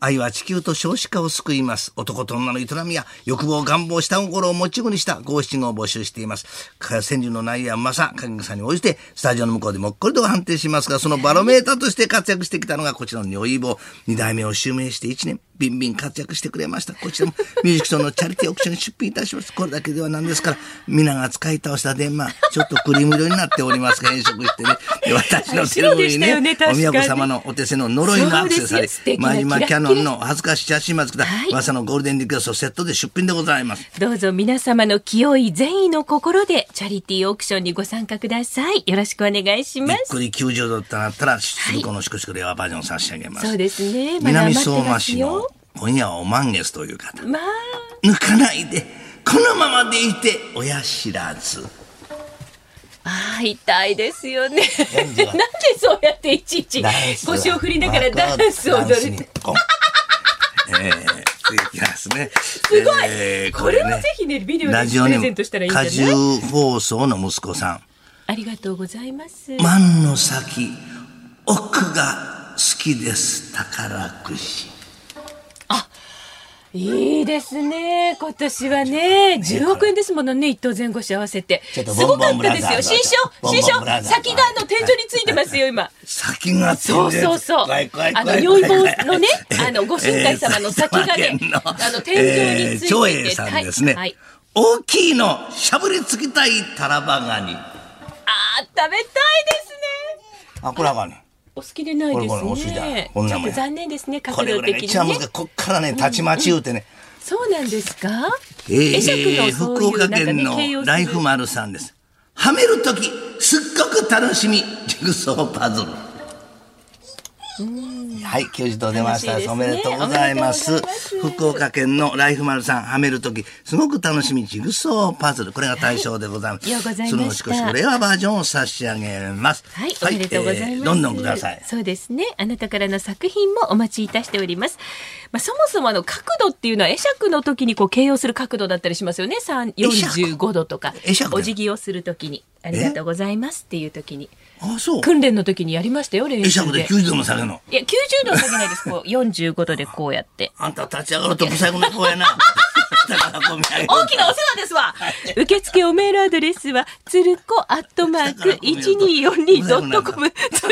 愛は地球と少子化を救います。男と女の営みや欲望、願望、下心を持ち具にした五七五を募集しています。川柳の内容やうまさ、影さんに応じてスタジオの向こうでもっこりと判定しますが、そのバロメーターとして活躍してきたのがこちらの如意棒。2代目を襲名して1年ビンビン活躍してくれました。こちらもミュージックソンのチャリティーオークションに出品いたします。これだけではなんですから、皆が使い倒した電話ちょっとクリーム色になっておりますが変色してね、で私の手拭いね、お宮子様のお手製の呪いのアクセサリー、真島キャノンの恥ずかしい写真まつけた噂のゴールデンリクエストセットで出品でございます。 どうぞ皆様の清い善意の心でチャリティーオークションにご参加ください。よろしくお願いします。 びっくり90度となったら鈴子のしこしこレアバージョン差し上げます。 そうですね、 南相馬市の今夜はお満月という方、抜かないでこのままでいて親知らず。 痛いですよね。なんでそうやっていちいち腰を振りながらダンスを踊るって続きますね。 すごい、これもぜひねビデオでプレゼントしたらいいんじゃない。 ラジオネーム果汁放送の息子さん、 ありがとうございます。 万の先奥が好きです宝くじ。 いいですね。今年はね10億円ですものね、一等前後し合わせてすごかったですよ。新書先が天井についてますよ今。 先がついてる。 そう如意棒のねご神体様の先がね天井についていて、 長英さんですね、大きいのしゃぶりつきたいタラバガニ。 食べたいですね。 これはがねお好きでないですね。ちょっと残念ですね、角度的にね。 一番難しい。こっからね、たちまち言うてね。 そうなんですか。会釈のそういう福岡県のライフマルさんです。はめるとき、すっごく楽しみ、ジグソーパズル。はい、90度出ました。おめでとうございます。福岡県のライフマルさん、はめるとき、すごく楽しみ、ジグソーパズル。これが対象でございます。そのしこしこレアバージョンを差し上げます。 はい、おめでとうございます。 どんどんください。 そうですね。あなたからの作品もお待ちいたしております。そもそも角度っていうのは会釈の時に形容する角度だったりしますよね。45度とか。お辞儀をする時に、ありがとうございますっていう時に。訓練の時にやりましたよ、練習で。 会釈で90度も下げるの。 いや、90度は下げないです。こう45度でこうやって。 あんた立ち上がると不細工な子やな。 大きなお世話ですわ。受付おメールアドレスはつるこ@1242.com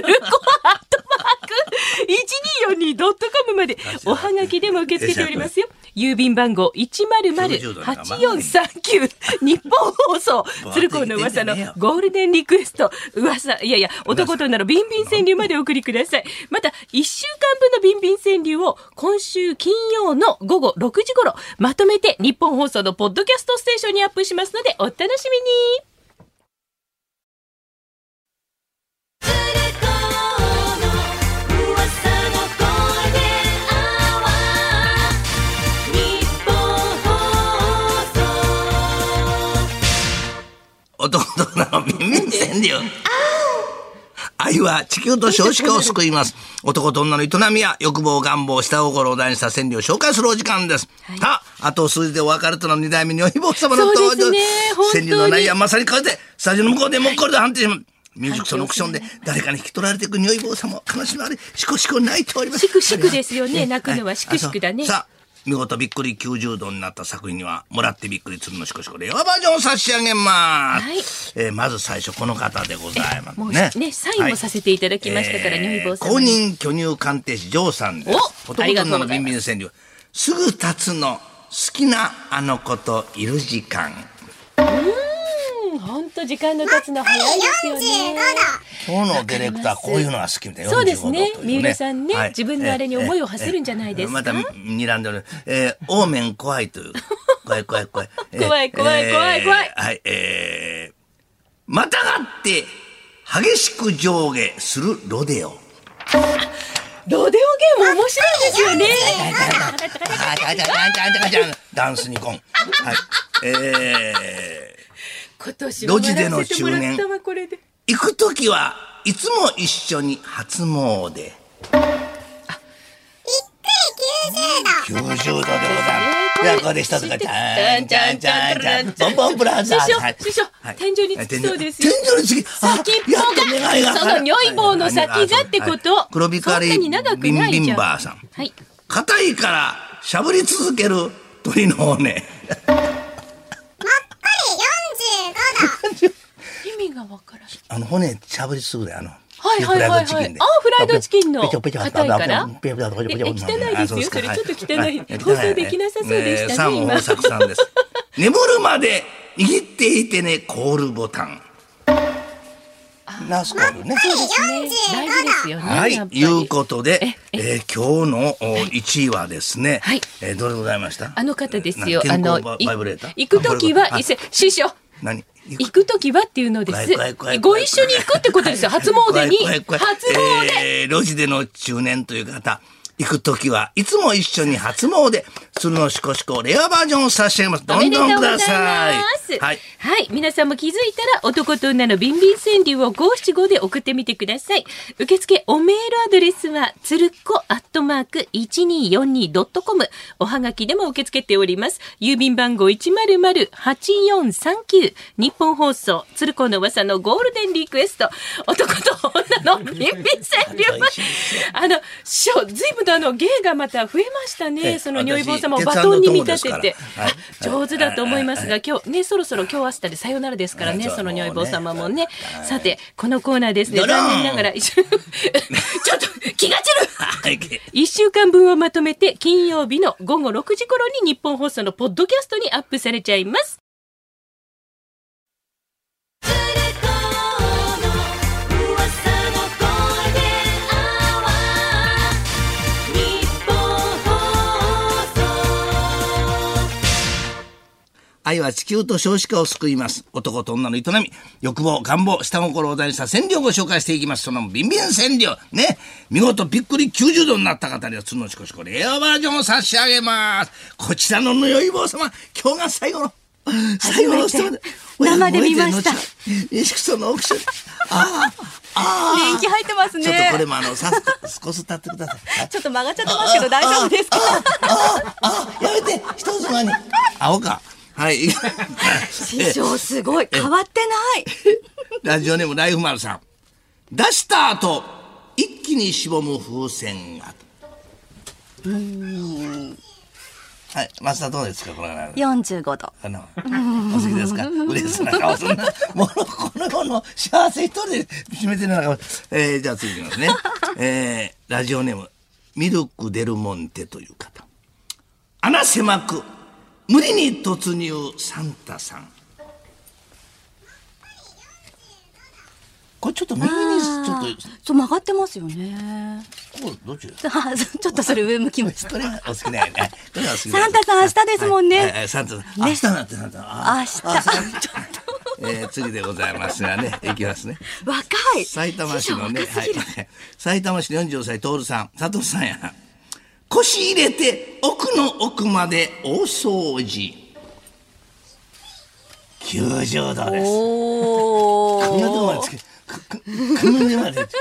1242.com までおはがきでも受け付けておりますよ。郵便番号100-8439日本放送鶴光の噂のゴールデンリクエスト噂男と女のビンビン川柳までお送りください。また1週間分のビンビン川柳を今週金曜の午後6時頃まとめて日本放送のポッドキャストステーションにアップしますのでお楽しみに。 男と女のビンビン川柳。愛は地球と少子化を救います。男と女の営みや欲望、願望、下心を題にした川柳を紹介するお時間です。あと数字でお別れとの2代目如意棒様の登場。川柳の内容はまさにこうやってスタジオの向こうでもっこりと判定します。ミュージックソンのオークションで誰かに引き取られていく如意棒様を悲しみあれしこしこ泣いております。 しくしくですよね。泣くのはしくしくだね。 さあ見事びっくり90度になった作品にはもらってびっくり鶴のしこしこレアバージョンを差し上げます、まず最初この方でございますね。 サインもさせていただきましたから、如意棒さん公認巨乳鑑定士ジョーさんです。男と女のビンビン川柳。すぐ経つの好きなあの子といる時間。 本当時間の経つの早いですよね。 今日のディレクターこういうのが好きみたいな。 そうですね。三浦さんね、自分のあれに思いを馳せるんじゃないですか。 また睨んでる。オーメン怖いという。怖い。 怖い。はい。 またがって激しく上下するロデオ。 ロデオゲーム面白いですよね。 ダンスにコン。 今年路地での中年。行くときはいつも一緒に初詣。90度でございます。じゃあここで一つがじゃんじゃんじゃんじゃんボンボンブラザーズ。 師匠、天井につきそうですよ。天井につき。 先っぽがその如意棒の先がってこと。 黒光りビンビンバーさん。 はい。 硬いからしゃぶり続ける鳥の骨。 意味がわからん。 骨しゃぶりすぐではいはいはいはい。フライドチキンの硬いから。汚いですよ。それちょっと汚い。放送できなさそうでしたね。 サーモン豊作さんです。眠るまで握っていてね、コールボタン。ナースコールね。 そうですね。大事ですよね。 はい、いうことで、今日の1位はですね、どれでございました？ あの方ですよ。 健康バイブレーター。 行くときは、師匠。 何？ 行くときはっていうのです。ご一緒に行くってことですよ。初詣に。初詣。 路地での中年という方、行くときはいつも一緒に初詣。鶴のしこしこレアバージョンを差し上げます。どんどんください。 はい。はい。皆さんも気づいたら男と女のビンビン川柳を575で送ってみてください。受付おメールアドレスはつるこ@1242.com。おはがきでも受け付けております。郵便番号100-8439。日本放送つるこの噂のゴールデンリクエスト。男と女のビンビン川柳。ずいぶんと芸がまた増えましたね。その如意棒様をバトンに見立てて、上手だと思いますが、今日ね、そろそろ今日明日でさよならですからね、その如意棒様もね。さて、このコーナーですね、残念ながら、ちょっと気が散る1週間分をまとめて、金曜日の午後6時頃に日本放送のポッドキャストにアップされちゃいます。 愛は地球と少子化を救います。男と女の営み、欲望、願望、下心を題にした川柳をご紹介していきます。そのビンビン川柳ね、見事びっくり90度になった方には鶴のしこしこレアバージョンを差し上げます。こちらの如意棒様、今日が最後の人で生で見ました。 石草の奥所に年季入ってますね。 ちょっとこれも少し立ってください。 ちょっと曲がっちゃってますけど大丈夫ですか？ やめて、一つ前に青か。はい。 師匠すごい変わってない。 ラジオネームライフマルさん。出した後一気にしぼむ風船が。はい、増田どうですかこれ。 45度。 お好きですか？嬉しそうな顔するな。もうこの子の幸せ一人で締めてるような顔。じゃあ次いきますね。ラジオネームミルクデルモンテという方。穴狭く無理に突入サンタさん。これちょっと右にちょっとそう曲がってますよね。 どっちですか？ちょっとそれ上向きました。 これがお好きだよね。 サンタさん明日ですもんね。 サンタさん明日なんてサンタ。 明日。 次でございますがね、いきますね。 若い。 埼玉市のね、埼玉市の40歳徹さん、佐藤さんや。腰入れて奥の奥まで大掃除。90度です。こんなとこまでつけ、こんなまで。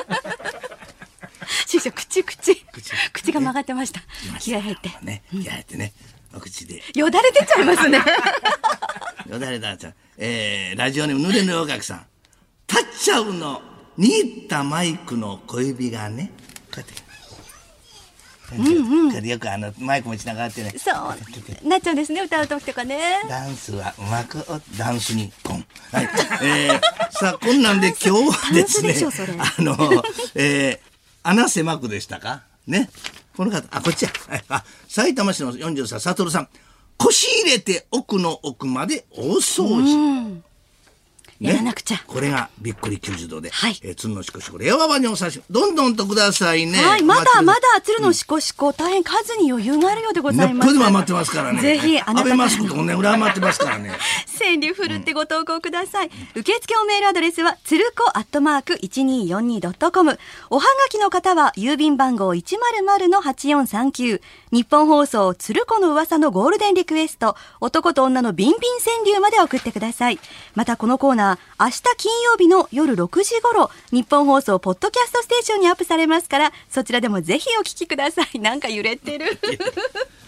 師匠口が曲がってました。気合入って。 ね、気合入ってね、お口で。 よだれ出ちゃいますね。 よだれ出ちゃう。ラジオネームぬれぬれおかきさん。タッチャウの握ったマイクの小指がね、こうやって。よくマイク持ちながらってね。 そうなっちゃうんですね、歌う時とかね。 ダンスはうまくダンスにポン。はい。さあこんなんで今日はですね、穴狭くでしたかね。この方こっちや。埼玉市の40歳悟さん。腰入れて奥の奥まで大掃除。 やらなくちゃ。 これがびっくり90度で、鶴のしこしこレアバージョンを差しどんどんとくださいね。 はい、まだ鶴のしこしこ大変数に余裕があるようでございます。 これでも余ってますからね。 ぜひ安倍マスクとね裏余ってますからね。 川柳ふるってご投稿ください。受付おメールアドレスはつるこ@1242.com。おはがきの方は郵便番号100-8439。日本放送つるこの噂のゴールデンリクエスト男と女のビンビン川柳まで送ってください。またこのコーナー明日金曜日の夜6時頃日本放送ポッドキャストステーションにアップされますからそちらでもぜひお聞きください。なんか揺れてる